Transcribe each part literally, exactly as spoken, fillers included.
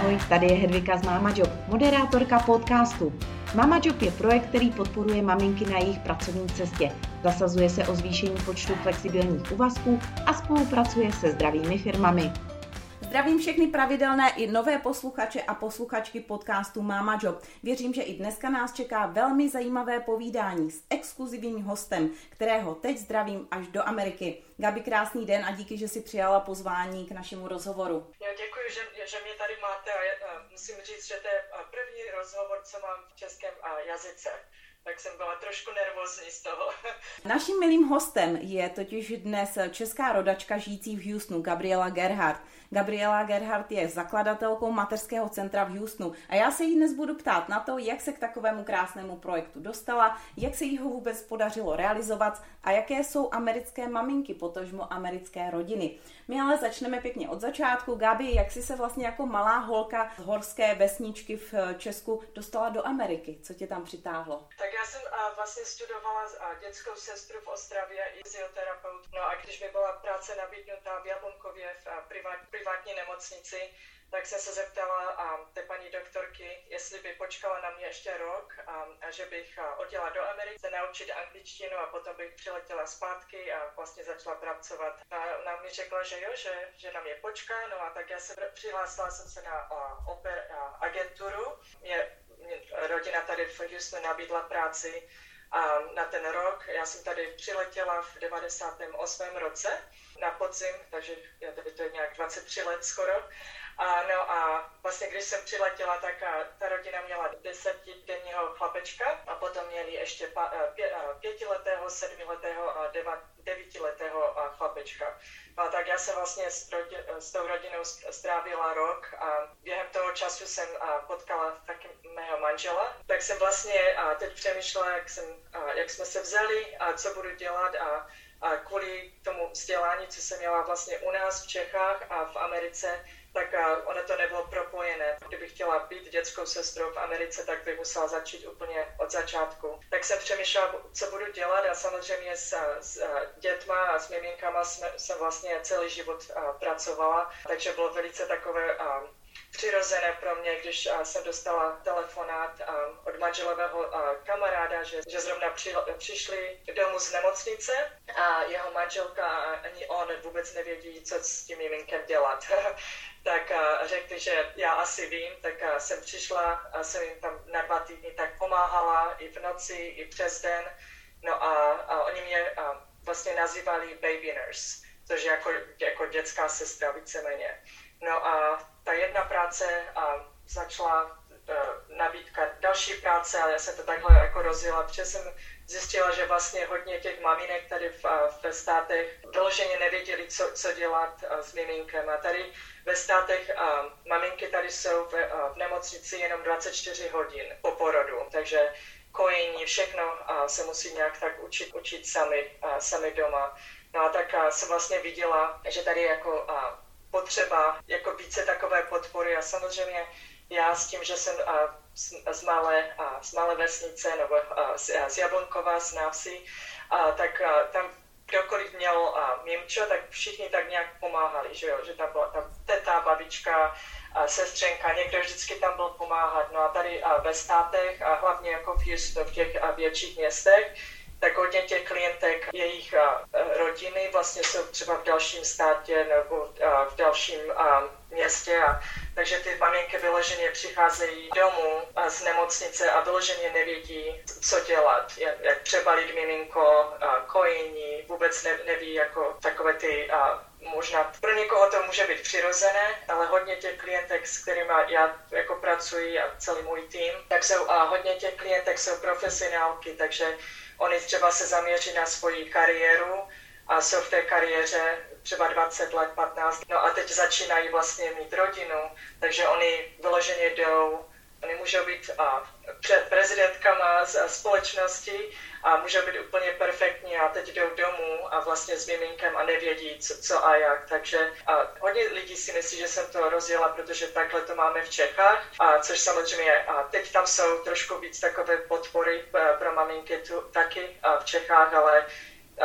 Ahoj, tady je Hedvika z Mama Job, moderátorka podcastu. Mama Job je projekt, který podporuje maminky na jejich pracovní cestě. Zasazuje se o zvýšení počtu flexibilních úvazků a spolupracuje se zdravými firmami. Zdravím všechny pravidelné i nové posluchače a posluchačky podcastu Mama Job. Věřím, že i dneska nás čeká velmi zajímavé povídání s exkluzivním hostem, kterého teď zdravím až do Ameriky. Gabi, krásný den a díky, že jsi přijala pozvání k našemu rozhovoru. Já děkuji, že, že mě tady máte a musím říct, že to je první rozhovor, co mám v českém jazyce. Tak jsem byla trošku nervózní z toho. Naším milým hostem je totiž dnes česká rodačka žijící v Houstonu, Gabriela Gerhardt. Gabriela Gerhardt je zakladatelkou mateřského centra v Houstonu a já se jí dnes budu ptát na to, jak se k takovému krásnému projektu dostala, jak se jí ho vůbec podařilo realizovat a jaké jsou americké maminky, potažmo americké rodiny. My ale začneme pěkně od začátku. Gabi, jak jsi se vlastně jako malá holka z horské vesničky v Česku dostala do Ameriky? Co tě tam přitáhlo? Tak já jsem uh, vlastně studovala uh, dětskou sestru v Ostravě i fyzioterapeut. No a když mi byla práce nabídnutá v Jablunkově v uh, privát, privátní nemocnici, tak jsem se zeptala uh, té paní doktorky, jestli by počkala na mě ještě rok um, a že bych uh, odjela do Ameriky, se naučit angličtinu a potom bych přiletěla zpátky a vlastně začala pracovat. A ona mi řekla, že jo, že, že na mě počká, no a tak já se přihlásila jsem se na uh, oper, uh, agenturu. Mě, mě rodina tady v Houstonu nabídla práci a na ten rok. Já jsem tady přiletěla v devadesátém osmém roce na podzim, takže to je nějak dvacet tři let skoro. A, no a vlastně když jsem přiletěla, tak a, ta rodina měla desetidenního chlapečka a potom měli ještě pa, pě, pětiletého, sedmiletého a deva, devítiletého chlapečka. A tak já jsem vlastně s, rodi, s tou rodinou strávila rok a během toho času jsem a, potkala taky mého manžela. Tak jsem vlastně a, teď přemýšlela, jak, jsem, a, jak jsme se vzali a co budu dělat a, a kvůli tomu vzdělání, co jsem měla vlastně u nás v Čechách a v Americe, tak ono to nebylo propojené. Kdybych chtěla být dětskou sestrou v Americe, tak bych musela začít úplně od začátku. Tak jsem přemýšlela, co budu dělat a samozřejmě s, s dětma a s miminkama jsem vlastně celý život pracovala, takže bylo velice takové přirozené pro mě, když jsem dostala telefonát od manželového kamaráda, že, že zrovna při, přišli domů z nemocnice a jeho manželka ani on vůbec nevědí, co s tím miminkem dělat. Tak řekli, že já asi vím, tak jsem přišla a jsem jim tam na dva týdny tak pomáhala i v noci, i přes den. No a, a oni mě a vlastně nazývali baby nurse, což je jako, jako dětská sestra víceméně. No a ta jedna práce a začala uh, nabídka další práce, ale já jsem to takhle jako rozjela, protože jsem zjistila, že vlastně hodně těch maminek tady v, ve státech vyloženě nevěděli, co, co dělat uh, s miminkem. A tady ve státech uh, maminky tady jsou v, uh, v nemocnici jenom dvacet čtyři hodin po porodu, takže kojení, všechno uh, se musí nějak tak učit, učit sami, uh, sami doma. No a tak uh, jsem vlastně viděla, že tady jako uh, potřeba jako více takové podpory a samozřejmě já s tím, že jsem a, z, z, malé, a, z malé vesnice nebo a, z, a, z Jablonkova, z Návsi, a, tak a, tam kdokoliv měl a, mimčo, tak všichni tak nějak pomáhali, že jo, že tam byla ta teta, babička, a sestřenka, někdo vždycky tam byl pomáhat. No a tady a, ve státech a hlavně jako v Houstonu, v těch a, větších městech, tak hodně těch klientek, jejich a, rodiny vlastně jsou třeba v dalším státě nebo a, v dalším a, městě. A, takže ty maminky vyloženě přicházejí domů a, z nemocnice a vyloženě nevědí, co dělat. Jak, jak přebalit miminko, a, kojení, vůbec ne, neví jako takové ty... A, možná pro někoho to může být přirozené, ale hodně těch klientek, s kterými já jako pracuji a celý můj tým, tak jsou a hodně těch klientek jsou profesionálky, takže oni třeba se zaměří na svoji kariéru a jsou v té kariéře třeba dvacet let, patnáct. No a teď začínají vlastně mít rodinu, takže oni vyloženě jdou, oni můžou být a, před prezidentkama z společnosti a můžou být úplně perfektní a teď jdou domů a vlastně s miminkem a nevědí, co, co a jak. Takže a hodně lidí si myslí, že jsem to rozjela, protože takhle to máme v Čechách, a což samozřejmě a teď tam jsou trošku víc takové podpory pro maminky tu, taky a v Čechách, ale a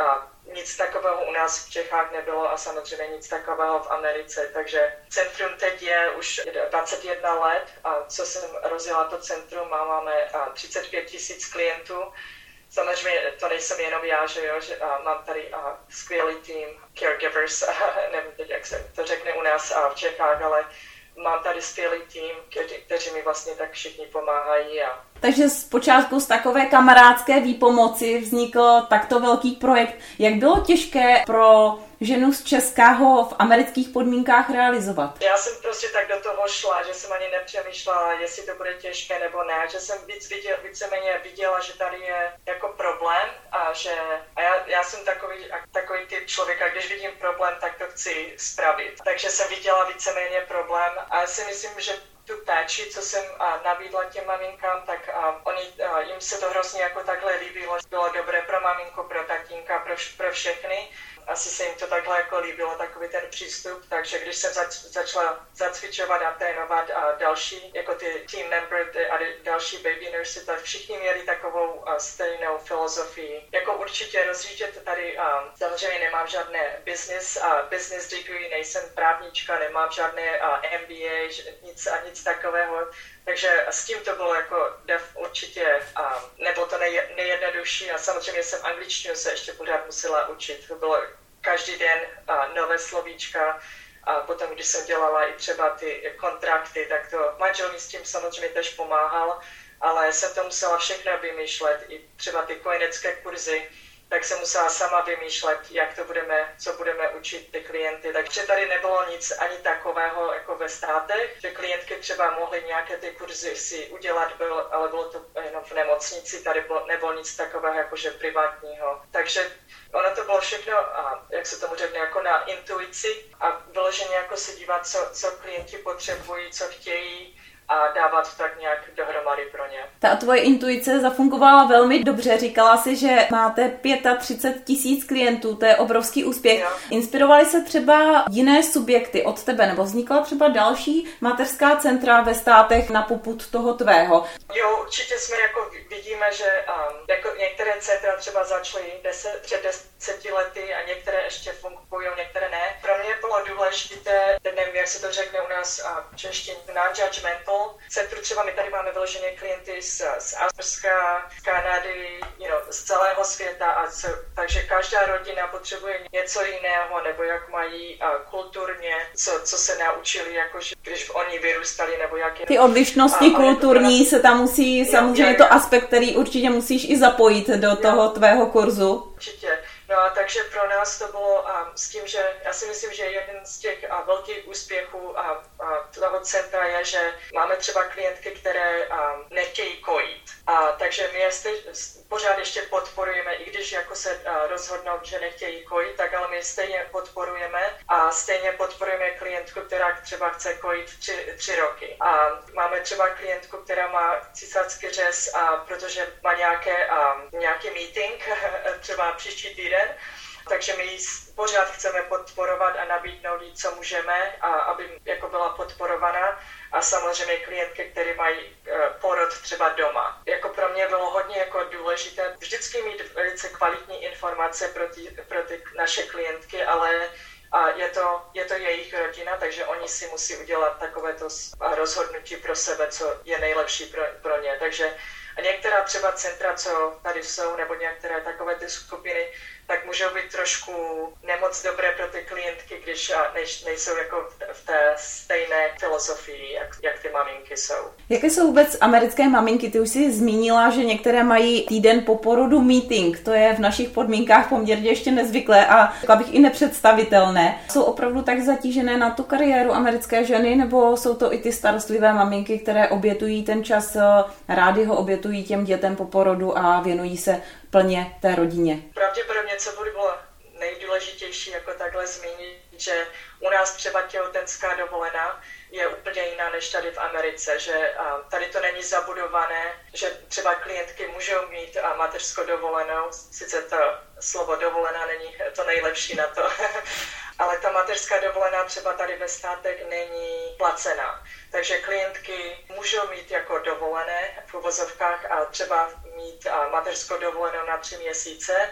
nic takového u nás v Čechách nebylo a samozřejmě nic takového v Americe, takže centrum teď je už dvacet jedna let, a co jsem rozjela to centrum, a máme třicet pět tisíc klientů. Samozřejmě to nejsem jenom já, že jo, že a, mám tady a, skvělý tým caregivers, a, nevím teď, jak se to řekne u nás a, v Čechách, ale mám tady skvělý tým, kteří, kteří mi vlastně tak všichni pomáhají. A... Takže zpočátku z takové kamarádské výpomoci vznikl takto velký projekt. Jak bylo těžké pro ženu z Českého v amerických podmínkách realizovat? Já jsem prostě tak do toho šla, že jsem ani nepřemýšlela, jestli to bude těžké nebo ne, že jsem víc viděl, víceméně viděla, že tady je jako problém a že a já, já jsem takový, takový typ člověka, když vidím problém, tak to chci spravit. Takže jsem viděla víceméně problém a já si myslím, že tu péči, co jsem a, nabídla těm maminkám, tak a, oni, a, jim se to hrozně jako takhle líbilo. Bylo dobré pro maminku, pro tatínka, pro, pro všechny. Asi se jim to takhle jako líbilo, takový ten přístup, takže když jsem zač, začala zacvičovat a trénovat a další, jako ty team member ty, a další baby nurse, tak všichni měli takovou a, stejnou filozofii. Jako určitě rozjíždět tady, a, samozřejmě nemám žádné business, a, business degree, nejsem právnička, nemám žádné a, M B A, nic a nic takového. Takže s tím to bylo jako def, určitě, a nebylo to nej, nejjednodušší a samozřejmě jsem angličtinu se ještě pořád musela učit. To bylo každý den a, nové slovíčka a potom, když jsem dělala i třeba ty kontrakty, tak to manžel mi s tím samozřejmě tež pomáhal, ale jsem to musela všechno vymýšlet, i třeba ty kojenecké kurzy, tak jsem musela sama vymýšlet, jak to budeme, co budeme učit ty klienty. Takže tady nebylo nic ani takového jako ve státech, že klientky třeba mohly nějaké ty kurzy si udělat, bylo, ale bylo to jenom v nemocnici, tady bylo, nebylo nic takového jakože privátního. Takže ono to bylo všechno, a jak se tomu řekne, jako na intuici a vyloženě jako se dívat, co, co klienti potřebují, co chtějí, a dávat tak nějak dohromady pro ně. Ta tvoje intuice zafungovala velmi dobře. Říkala si, že máte třicet pět tisíc klientů, to je obrovský úspěch. Jo. Inspirovaly se třeba jiné subjekty od tebe, nebo vznikla třeba další mateřská centra ve státech na popud toho tvého? Jo, určitě jsme jako vidíme, že um, jako některé centra třeba začaly deset, před deseti lety a některé ještě fungují, některé ne. Pro mě bylo důležité, nevím, jak se to řekne u nás v češtině, non-judgmental. Centru třeba my tady máme vyloženě klienty z, z Australska, z Kanady, you know, z celého světa, a co, takže každá rodina potřebuje něco jiného, nebo jak mají a, kulturně, co, co se naučili, jakože když oni vyrůstali, nebo jak je... Ty odlišnosti a, kulturní se tam musí, jo, samozřejmě jo, jo. To aspekt, který určitě musíš i zapojit do jo. toho tvého kurzu. Určitě. No a takže pro nás to bylo um, s tím, že já si myslím, že jeden z těch uh, velkých úspěchů a, a toho centra je, že máme třeba klientky, které um, nechtějí kojit. A takže my je stej, pořád ještě podporujeme, i když jako se uh, rozhodnou, že nechtějí kojit, tak ale my stejně podporujeme a stejně podporujeme klientku, která třeba chce kojit tři, tři roky. A máme třeba klientku, která má císařský řez, a protože má nějaké, um, nějaký meeting, třeba příští týden, takže my ji pořád chceme podporovat a nabídnout jí, co můžeme, a aby jako byla podporovaná. A samozřejmě klientky, které mají uh, porod třeba doma. Jako pro mě bylo hodně jako důležité vždycky mít velice kvalitní informace pro ty, pro ty naše klientky, ale a je to, je to jejich rodina, takže oni si musí udělat takovéto rozhodnutí pro sebe, co je nejlepší pro, pro ně. Takže a některá třeba centra, co tady jsou, nebo některé takové ty skupiny, tak můžou být trošku nemoc dobré pro ty klientky, když nejsou jako v té stejné filozofii, jak, jak ty maminky jsou. Jaké jsou vůbec americké maminky? Ty už jsi zmínila, že některé mají týden po porodu meeting. To je v našich podmínkách poměrně ještě nezvyklé a řekla bych i nepředstavitelné. Jsou opravdu tak zatížené na tu kariéru americké ženy, nebo jsou to i ty starostlivé maminky, které obětují ten čas, rády ho obětují těm dětem po porodu a věnují se plně té rodině? Pravděpodobně, co by bylo nejdůležitější jako takhle zmínit, že u nás třeba těhotenská dovolená je úplně jiná než tady v Americe, že tady to není zabudované, že třeba klientky můžou mít mateřskou dovolenou, sice to slovo dovolená není to nejlepší na to, ale ta mateřská dovolená třeba tady ve státech není placená. Takže klientky můžou mít jako dovolené v uvozovkách a třeba mít mateřskou dovolenou na tři měsíce,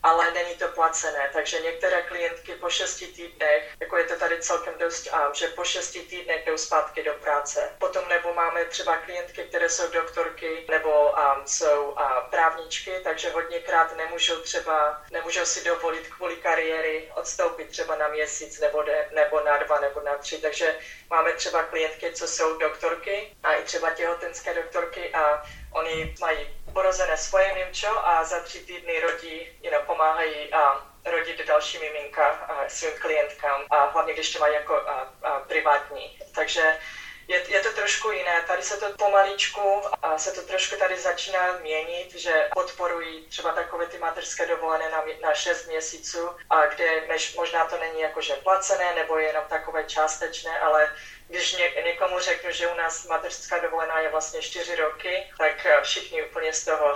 ale není to placené. Takže některé klientky po šesti týdnech, jako je to tady celkem dost, že po šesti týdnech jdou zpátky do práce. Potom nebo máme třeba klientky, které jsou doktorky nebo um, jsou um, právničky, takže hodněkrát nemůžou třeba, nemůžou si dovolit kvůli kariéry odstoupit třeba na měsíc nebo, de, nebo na dva nebo na tři. Takže máme třeba klientky, co jsou doktorky a i třeba těhotenské doktorky a oni mají porozené svoje mimčo a za tři týdny rodí, you know, pomáhají a rodit další miminka a svým klientkám a hlavně, když to mají jako a, a privátní. Takže je, je to trošku jiné. Tady se to pomaličku a se to trošku tady začíná měnit, že podporují třeba takové ty mateřské dovolené na, na šest měsíců, a kde než, možná to není jakože placené nebo jenom takové částečné, ale když ně, někomu řeknu, že u nás mateřská dovolená je vlastně čtyři roky, tak všichni úplně z toho,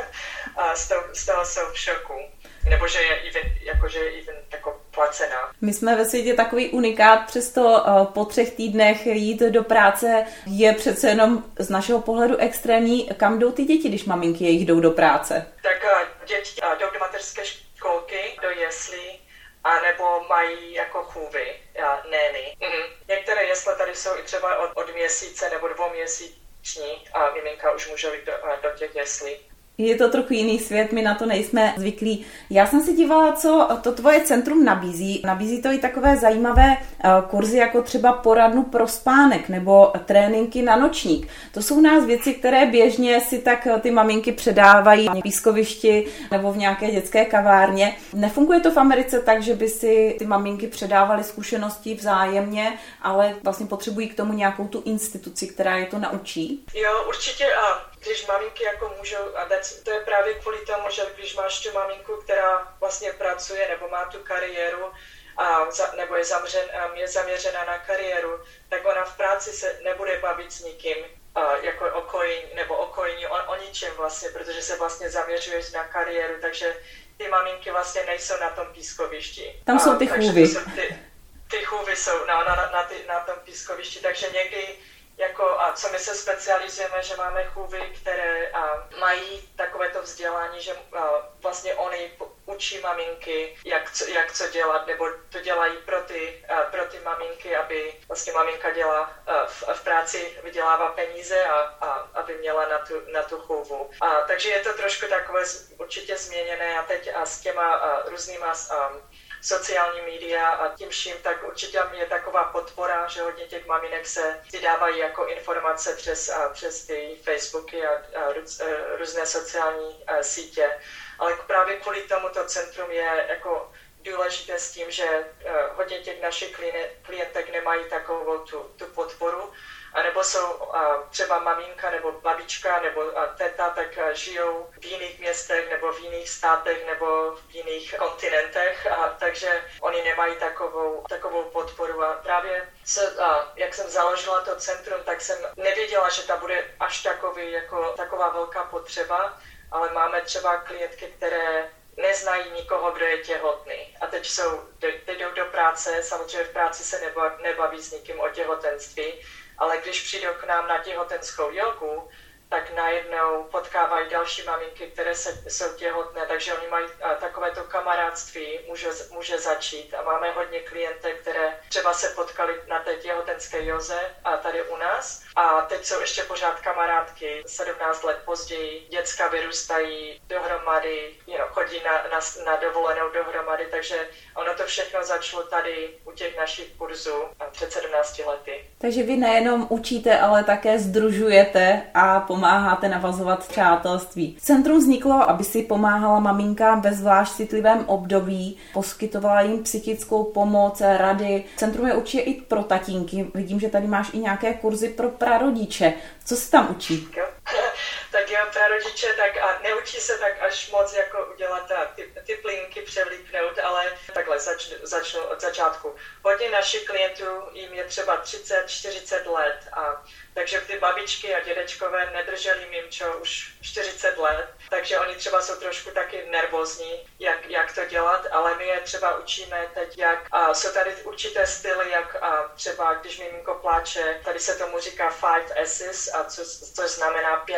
z toho, z toho jsou v šoku. Nebo že je even, jakože je even jako placená. My jsme ve světě takový unikát, přesto po třech týdnech jít do práce je přece jenom z našeho pohledu extrémní. Kam jdou ty děti, když maminky jejich jdou do práce? Tak děti jdou do mateřské školky, do jeslí, a nebo mají jako chůvy, nény. Mhm. Některé jesle tady jsou i třeba od, od měsíce nebo dvouměsíční a miminka už může jít do, do těch jeslí. Je to trochu jiný svět, my na to nejsme zvyklí. Já jsem si dívala, co to tvoje centrum nabízí. Nabízí to i takové zajímavé kurzy, jako třeba poradnu pro spánek nebo tréninky na nočník. To jsou u nás věci, které běžně si tak ty maminky předávají na pískovišti nebo v nějaké dětské kavárně. Nefunguje to v Americe tak, že by si ty maminky předávaly zkušenosti vzájemně, ale vlastně potřebují k tomu nějakou tu instituci, která je to naučí? Jo, určitě a když maminky jako můžou, a to je právě kvůli tomu, že když máš tu maminku, která vlastně pracuje nebo má tu kariéru a za, nebo je, zamřen, je zaměřená na kariéru, tak ona v práci se nebude bavit s nikým a jako o kojení, nebo o kojení, o, o ničem vlastně, protože se vlastně zaměřuješ na kariéru, takže ty maminky vlastně nejsou na tom pískovišti. Tam jsou ty chůvy. Ty, ty chůvy jsou na, na, na, ty, na tom pískovišti, takže někdy jako, a co my se specializujeme, že máme chůvy, které a, mají takovéto vzdělání, že a, vlastně oni učí maminky, jak co, jak co dělat, nebo to dělají pro ty, a, pro ty maminky, aby vlastně maminka dělá a, v, v práci, vydělává peníze a, a aby měla na tu, na tu chůvu. A, takže je to trošku takové určitě změněné a teď a s těma a, různýma a, sociální média a tím vším, tak určitě je taková podpora, že hodně těch maminek se vydávají jako informace přes, a, přes ty Facebooky a, a růz, a různé sociální a, sítě. Ale právě kvůli tomu to centrum je jako důležité s tím, že a, hodně těch našich klientek nemají takovou tu, tu podporu, a nebo jsou a, třeba maminka nebo babička nebo a, teta, tak a, žijou v jiných městech nebo v jiných státech nebo v jiných kontinentech, a, takže oni nemají takovou, takovou podporu. A právě se, a, jak jsem založila to centrum, tak jsem nevěděla, že ta bude až takový, jako, taková velká potřeba, ale máme třeba klientky, které neznají nikoho, kdo je těhotný. A teď jsou, teď jdou do práce, samozřejmě v práci se nebaví s nikým o těhotenství, ale když přijdou k nám na těhotenskou jogu, tak najednou potkávají další maminky, které se, jsou těhotné, takže oni mají a, takovéto kamarádství, může, může začít. A máme hodně klientek, které třeba se potkali na té těhotenské joze a tady u nás. A teď jsou ještě pořád kamarádky, sedmnáct let později, děcka vyrůstají dohromady, you know, chodí na, na, na dovolenou dohromady, takže ono to všechno začalo tady u těch našich kurzů před sedmnácti lety. Takže vy nejenom učíte, ale také sdružujete a pomáháte navazovat přátelství. Centrum vzniklo, aby si pomáhala maminkám ve zvlášť citlivém období, poskytovala jim psychickou pomoc, rady. Centrum je určitě i pro tatínky. Vidím, že tady máš i nějaké kurzy pro prarodiče. Co se tam učí? Jo. Tak jo, prarodiče, tak a neučí se tak až moc jako udělat ty, ty plínky převlíknout, ale takhle začnu, začnu od začátku. Hodně našich klientů jim je třeba třicet čtyřicet let, a takže ty babičky a dědečkové nedrželi mimčo už čtyřicet let, takže oni třeba jsou trošku taky nervózní, jak, jak to dělat, ale my je třeba učíme teď, jak a jsou tady určité styly, jak a třeba když miminko pláče, tady se tomu říká five S's, a co, což znamená pět S,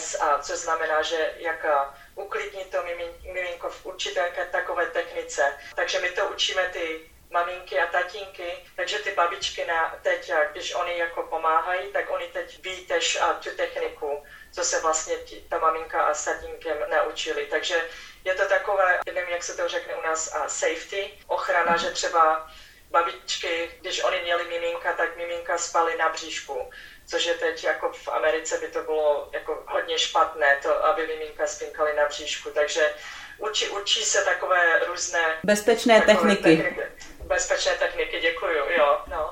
fitness, a co znamená, že jak uklidnit to miminko v určité takové technice. Takže my to učíme ty maminky a tatínky, takže ty babičky na teď, když oni jako pomáhají, tak oni teď ví tež tu techniku, co se vlastně tí, ta maminka a s tatínkem naučili. Takže je to takové, nevím, jak se to řekne u nás, safety, ochrana, že třeba babičky, když oni měli miminka, tak miminka spaly na bříšku, což je teď jako v Americe by to bylo jako hodně špatné, to, aby miminka spinkaly na bříšku, takže učí, učí se takové různé bezpečné techniky. techniky. Bezpečné techniky, děkuju, jo, no.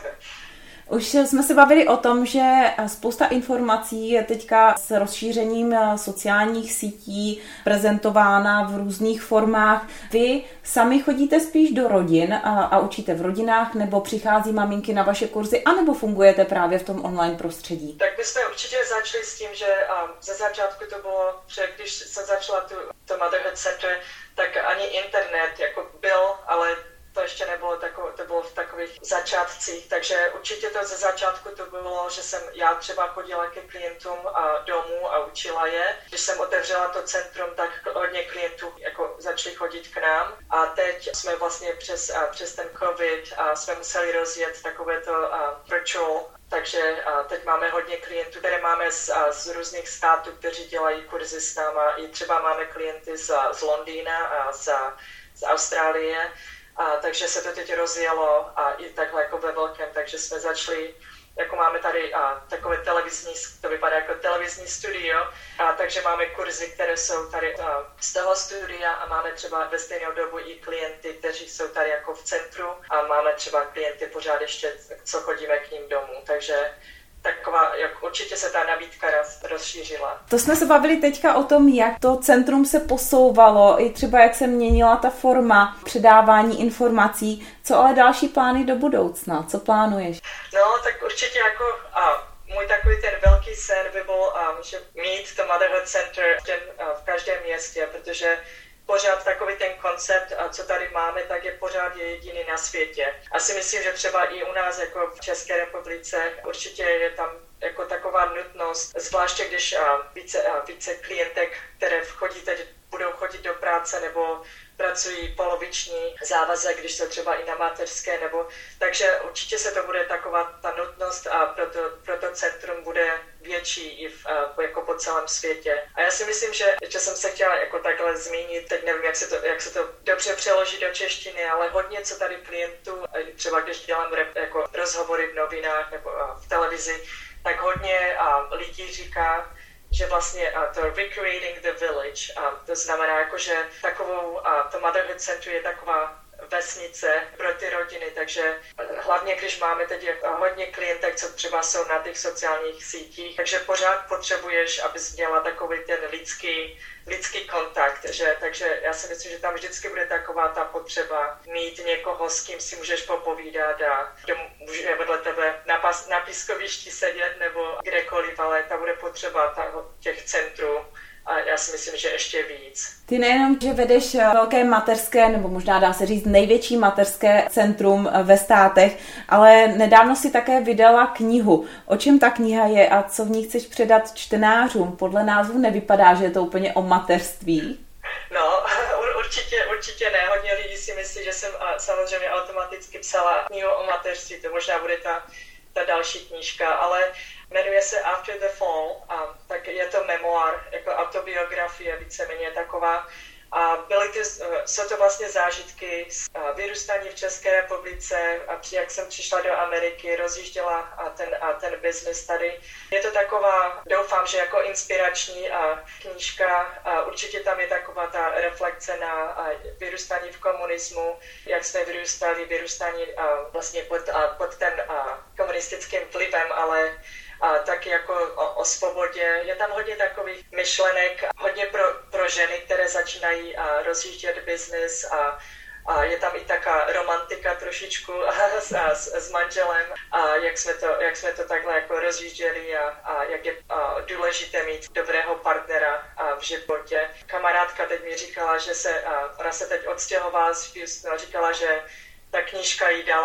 Už jsme se bavili o tom, že spousta informací je teďka s rozšířením sociálních sítí prezentována v různých formách. Vy sami chodíte spíš do rodin a, a učíte v rodinách, nebo přichází maminky na vaše kurzy, anebo fungujete právě v tom online prostředí? Tak my jsme určitě začali s tím, že ze začátku to bylo, že když jsem začala tu, to Motherhood Center, tak ani internet jako byl, ale to ještě nebylo takové, to bylo v takových začátcích, takže určitě to ze začátku to bylo, že jsem já třeba chodila ke klientům a domů a učila je. Když jsem otevřela to centrum, tak hodně klientů jako začali chodit k nám a teď jsme vlastně přes, přes ten covid a jsme museli rozjet takovéto virtual. Takže a teď máme hodně klientů, které máme z, a, z různých států, kteří dělají kurzy s náma. I třeba máme klienty z, z Londýna a z, z Austrálie. A, takže se to teď rozjelo a i takhle jako ve velkém, takže jsme začali, jako máme tady a, takové televizní, to vypadá jako televizní studio, a, takže máme kurzy, které jsou tady a, z toho studia a máme třeba ve stejnou dobu i klienty, kteří jsou tady jako v centru a máme třeba klienty pořád ještě, co chodíme k ním domů, takže taková, jak určitě se ta nabídka rozšířila. To jsme se bavili teďka o tom, jak to centrum se posouvalo, i třeba jak se měnila ta forma předávání informací. Co ale další plány do budoucna? Co plánuješ? No, tak určitě jako a můj takový ten velký sen by byl, a, že mít to Motherhood Center v, a, v každém městě, protože pořád takový ten koncept, co tady máme, tak je pořád je jediný na světě. A si myslím, že třeba i u nás, jako v České republice, určitě je tam jako taková nutnost, zvláště když více, více klientek, které chodí teď, budou chodit do práce nebo pracují poloviční závazek, když jsou třeba i na mateřské, nebo takže určitě se to bude taková ta nutnost a proto, proto centrum bude větší i v, jako po celém světě. A já si myslím, že, že jsem se chtěla jako takhle zmínit, teď nevím, jak se to, jak se to dobře přeloží do češtiny, ale hodně co tady klientů, třeba když dělám rep, jako rozhovory v novinách nebo v televizi, tak hodně a, lidí říká, že vlastně a, to recreating the village, a to znamená jako, že takovou, a, to Motherhood Center je taková vesnice pro ty rodiny, takže hlavně když máme teď hodně klientek, co třeba jsou na těch sociálních sítích, takže pořád potřebuješ, abys měla takový ten lidský, lidský kontakt, že, takže já si myslím, že tam vždycky bude taková ta potřeba mít někoho, s kým si můžeš popovídat a kdo může vedle tebe na, pas, na pískovišti sedět nebo kdekoliv, ale ta bude potřeba ta, těch centrů. A já si myslím, že ještě víc. Ty nejenom, že vedeš velké mateřské, nebo možná dá se říct největší mateřské centrum ve státech, ale nedávno si také vydala knihu. O čem ta kniha je a co v ní chceš předat čtenářům? Podle názvu nevypadá, že je to úplně o mateřství. No, určitě, určitě ne. Hodně lidí si myslí, že jsem samozřejmě automaticky psala knihu o mateřství. To možná bude ta, ta další knížka, ale jmenuje se After the Fall, a tak je to memoár, jako autobiografie, víceméně taková. A byly ty, jsou to vlastně zážitky z vyrůstání v České republice, a jak jsem přišla do Ameriky, rozjížděla ten, a ten biznis tady. Je to taková, doufám, že jako inspirační a knížka. A určitě tam je taková ta reflexe na vyrůstání v komunismu, jak jsme vyrůstali, vyrůstání vlastně pod, pod ten komunistickým vlivem, ale a taky jako o, o svobodě. Je tam hodně takových myšlenek, hodně pro, pro ženy, které začínají a, rozjíždět biznis a, a je tam i taká romantika trošičku a, a, s, s manželem a jak jsme to, jak jsme to takhle jako rozjížděli a, a jak je a, důležité mít dobrého partnera a, v životě. Kamarádka teď mi říkala, že se, a, ona se teď odstěhovala z Houstonu a říkala, že ta knížka jí dala tak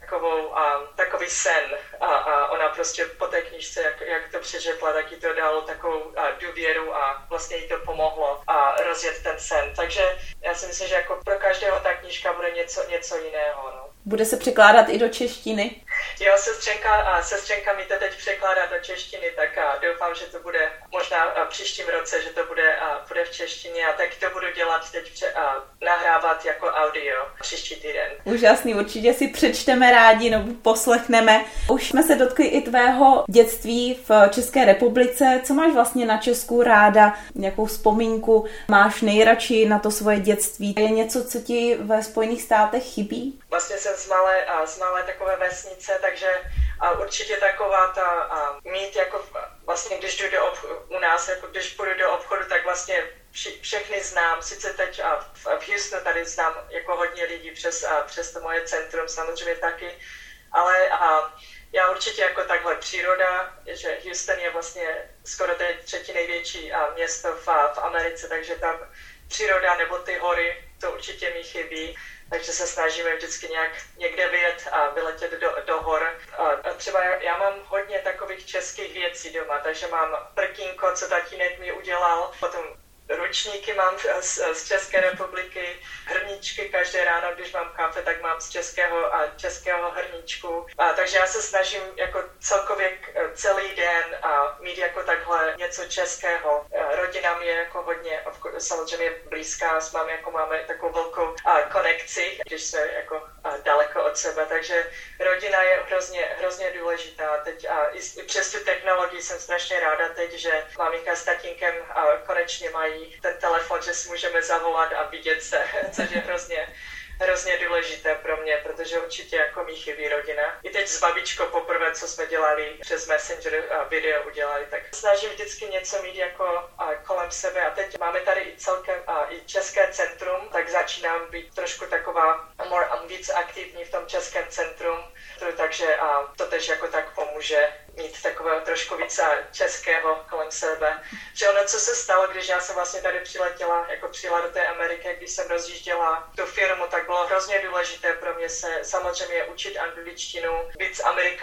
takovou, a, takový sen a, a ona prostě po té knížce, jak, jak to přečetla, tak jí to dalo takovou a, důvěru a vlastně jí to pomohlo a rozjet ten sen. Takže já si myslím, že jako pro každého ta knížka bude něco, něco jiného. No. Bude se překládat i do češtiny? Jo, sestřenka, a sestřenka mi to teď překládá do češtiny, tak a doufám, že to bude možná a příštím roce, že to bude, a bude v češtině a tak to budu dělat teď pře, a nahrávat jako audio příští týden. Úžasný, určitě si přečteme rádi nebo poslechneme. Už jsme se dotkli i tvého dětství v České republice. Co máš vlastně na Česku ráda? Jakou vzpomínku máš nejradši na to svoje dětství? Je něco, co ti ve Spojených státech chybí? Vlastně jsem z malé, a z malé takové vesnice, takže a určitě taková ta a mít jako vlastně, když jdu do obchodu, u nás, jako když půjdu do obchodu, tak vlastně vši, všechny znám, sice teď a v, v Houstonu tady znám jako hodně lidí přes, a přes to moje centrum samozřejmě taky, ale a já určitě jako takhle příroda, že Houston je vlastně skoro teď třetí největší a město v, v Americe, takže ta příroda nebo ty hory, to určitě mi chybí. Takže se snažíme vždycky nějak někde vyjet a vyletět do, do hor. A třeba já, já mám hodně takových českých věcí doma, takže mám prkínko, co tatínek mi udělal, potom ručníky mám z, z České republiky, hrníčky každé ráno, když mám kafe, tak mám z českého a českého hrníčku. A, takže já se snažím jako celkově celý den a mít jako takhle něco českého. A rodina mi je jako hodně, samozřejmě blízká, s mám, jako máme takovou velkou a, konekci, když jsme jako a, daleko od sebe, takže rodina je hrozně, hrozně důležitá. Teď a i, i přes tu technologii jsem strašně ráda teď, že maminka s tatínkem a, konečně mají ten telefon, že si můžeme zavolat a vidět se, což je hrozně, hrozně důležité pro mě, protože určitě jako mi chybí rodina. I teď s babičkou poprvé, co jsme dělali přes Messenger a video udělali, tak snažím vždycky něco mít jako a, kolem sebe a teď máme tady i celkem a, i české centrum, tak začínám být trošku taková more, víc aktivní v tom českém centrum, takže a, to tež jako tak pomůže mít takového trošku víc českého kolem sebe. Že ono, co se stalo, když já jsem vlastně tady přiletěla, jako přijela do té Ameriky, když jsem rozjížděla tu firmu, tak bylo hrozně důležité pro mě se samozřejmě učit angličtinu, být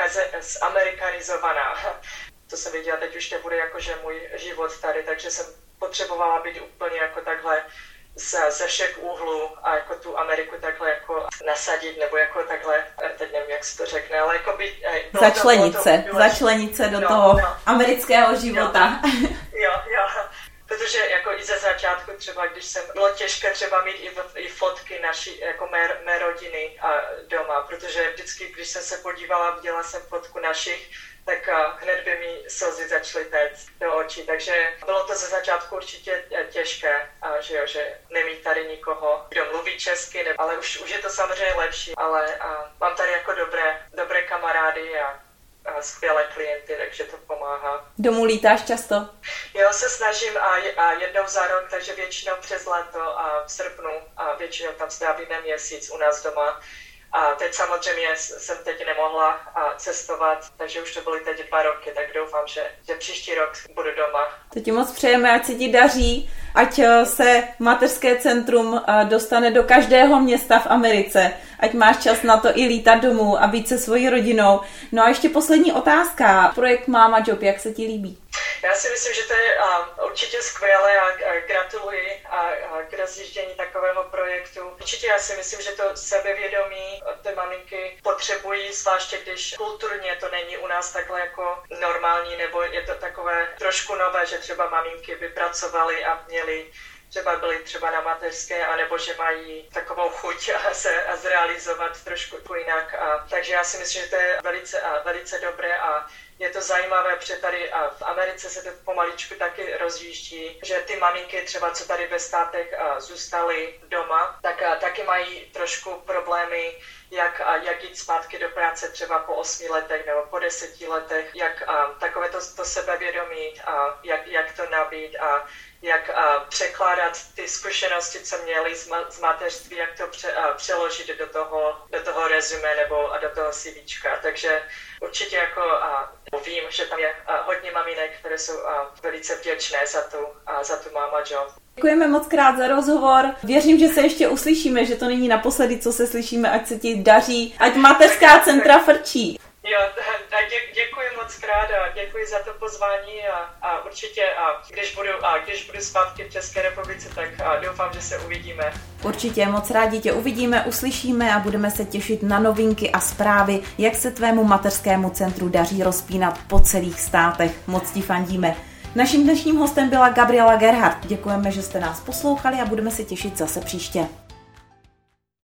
zamerikanizovaná. To jsem viděla, teď už nebude jakože můj život tady, takže jsem potřebovala být úplně jako takhle ze, ze všech úhlů a jako tu Ameriku takhle jako nasadit, nebo jako takhle, teď nevím, jak se to řekne, ale jako být... Začlenit to, se, začlenit se do no, toho no. amerického života. Jo, jo, protože jako i ze začátku třeba, když jsem, bylo těžké třeba mít i, i fotky naší, jako mé, mé rodiny a doma, protože vždycky, když jsem se podívala, viděla jsem fotku našich, tak hned by mi slzy začaly téct do očí. Takže bylo to ze začátku určitě těžké, a že jo, že nemít tady nikoho, kdo mluví česky, ne, ale už, už je to samozřejmě lepší, ale a mám tady jako dobré, dobré kamarády a, a skvělé klienty, takže to pomáhá. Domů lítáš často? Jo, se snažím a, a jednou za rok, takže většinou přes léto a v srpnu a většinou tam strávíme měsíc u nás doma. A teď samozřejmě jsem teď nemohla cestovat, takže už to byly teď dva roky, tak doufám, že, že příští rok budu doma. To ti moc přejeme, ať se ti daří, ať se mateřské centrum dostane do každého města v Americe, ať máš čas na to i lítat domů a být se svojí rodinou. No a ještě poslední otázka. Projekt Mama Job, jak se ti líbí? Já si myslím, že to je uh, určitě skvělé a, a gratuluji a, a k rozjíždění takového projektu. Určitě já si myslím, že to sebevědomí ty maminky potřebují, zvláště když kulturně to není u nás takhle jako normální, nebo je to takové trošku nové, že třeba maminky by pracovaly a měly třeba byli třeba na mateřské, anebo že mají takovou chuť a se a zrealizovat trošku jinak. A, takže já si myslím, že to je velice, a, velice dobré a je to zajímavé, protože tady a v Americe se to pomaličku taky rozjíždí, že ty maminky třeba, co tady ve státech a, zůstaly doma, tak a, taky mají trošku problémy, jak, a, jak jít zpátky do práce třeba po osmi letech nebo po deseti letech, jak a, takové to, to sebevědomí, a, jak, jak to nabít a jak a, překládat ty zkušenosti, co měli z, ma, z mateřství, jak to pře, a, přeložit do toho, do toho rezume nebo a do toho CVčka. Takže určitě jako a, vím, že tam je a, hodně maminek, které jsou a, velice vděčné za tu, a, za tu Mama Job. Děkujeme moc krát za rozhovor. Věřím, že se ještě uslyšíme, že to není naposledy, co se slyšíme, ať se ti daří, ať mateřská centra frčí. Jo, dě, děkuji moc krát a děkuji za to pozvání a, a určitě, a když, budu, a když budu zpátky v České republice, tak a doufám, že se uvidíme. Určitě moc rádi tě uvidíme, uslyšíme a budeme se těšit na novinky a zprávy, jak se tvému mateřskému centru daří rozpínat po celých státech. Moc ti fandíme. Naším dnešním hostem byla Gabriela Gerhardt. Děkujeme, že jste nás poslouchali a budeme se těšit zase příště.